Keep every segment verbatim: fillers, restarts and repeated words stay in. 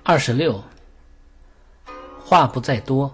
二十六，话不在多。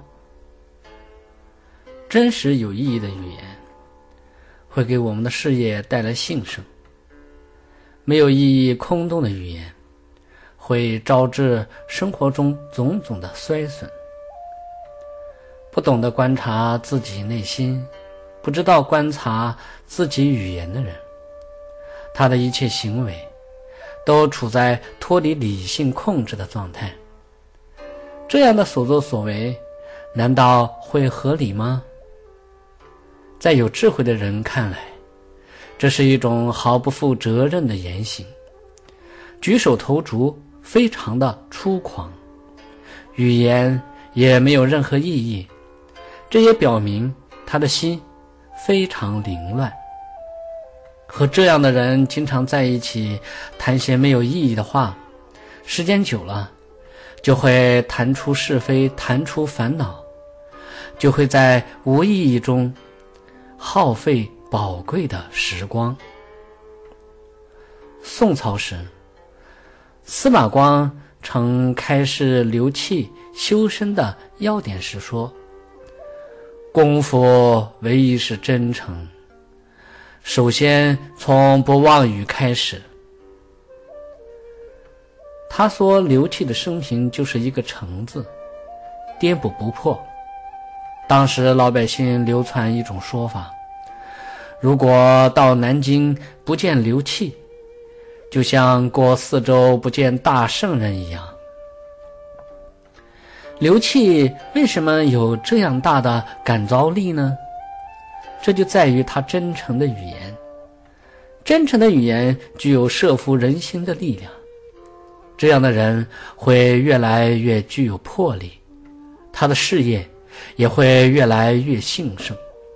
真实有意义的语言会给我们的事业带来兴盛，没有意义空洞的语言会招致生活中种种的衰损。不懂得观察自己内心，不知道观察自己语言的人，他的一切行为都处在脱离理性控制的状态。这样的所作所为难道会合理吗？在有智慧的人看来，这是一种毫不负责任的言行，举手投足非常的粗狂，语言也没有任何意义，这也表明他的心非常凌乱。和这样的人经常在一起谈些没有意义的话，时间久了就会谈出是非，谈出烦恼，就会在无意义中耗费宝贵的时光。宋朝时，司马光曾开示刘契修身的要点时说，功夫唯一是真诚，首先从不妄语开始。他说刘契的生平就是一个诚字，颠扑不破。当时老百姓流传一种说法，如果到南京不见刘契，就像过四周不见大圣人一样。刘契为什么有这样大的感召力呢？这就在于他真诚的语言。真诚的语言具有摄服人心的力量，这样的人会越来越具有魄力，他的事业也会越来越兴盛。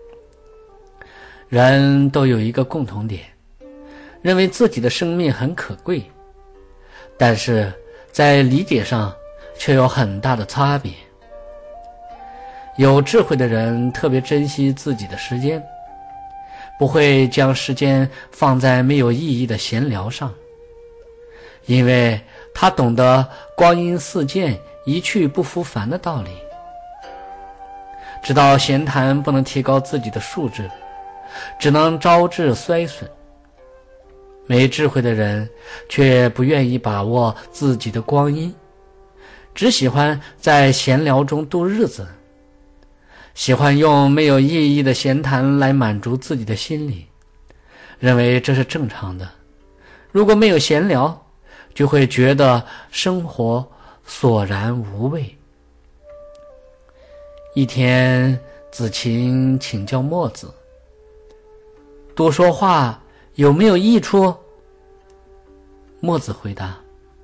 人都有一个共同点，认为自己的生命很可贵，但是在理解上却有很大的差别。有智慧的人特别珍惜自己的时间，不会将时间放在没有意义的闲聊上，因为他懂得光阴似箭，一去不复返的道理，知道闲谈不能提高自己的素质，只能招致衰损。没智慧的人却不愿意把握自己的光阴，只喜欢在闲聊中度日子，喜欢用没有意义的闲谈来满足自己的心理，认为这是正常的。如果没有闲聊，就会觉得生活索然无味。一天，子禽请教墨子，多说话有没有益处？墨子回答，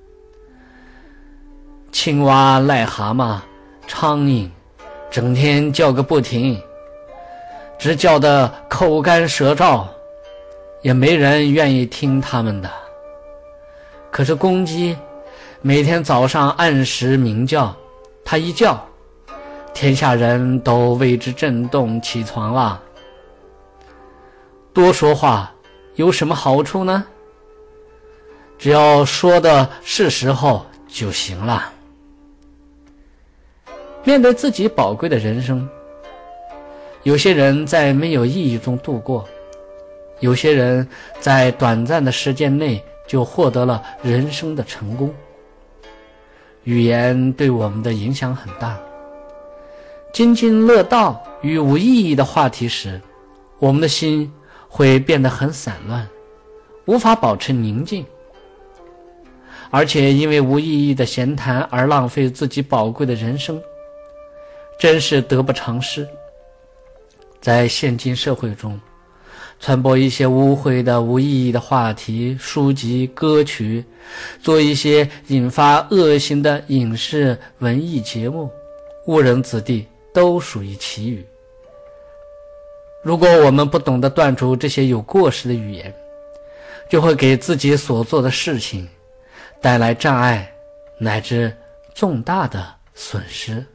青蛙、癞蛤蟆、苍蝇整天叫个不停，只叫得口干舌燥，也没人愿意听他们的。可是公鸡每天早上按时鸣叫，它一叫，天下人都为之震动，起床了。多说话有什么好处呢？只要说的是时候就行了。面对自己宝贵的人生，有些人在没有意义中度过，有些人在短暂的时间内就获得了人生的成功。语言对我们的影响很大。津津乐道与无意义的话题时，我们的心会变得很散乱，无法保持宁静，而且因为无意义的闲谈而浪费自己宝贵的人生，真是得不偿失。在现今社会中，传播一些污秽的无意义的话题、书籍、歌曲，做一些引发恶行的影视文艺节目，误人子弟都属于其余。如果我们不懂得断除这些有过失的语言，就会给自己所做的事情带来障碍，乃至重大的损失。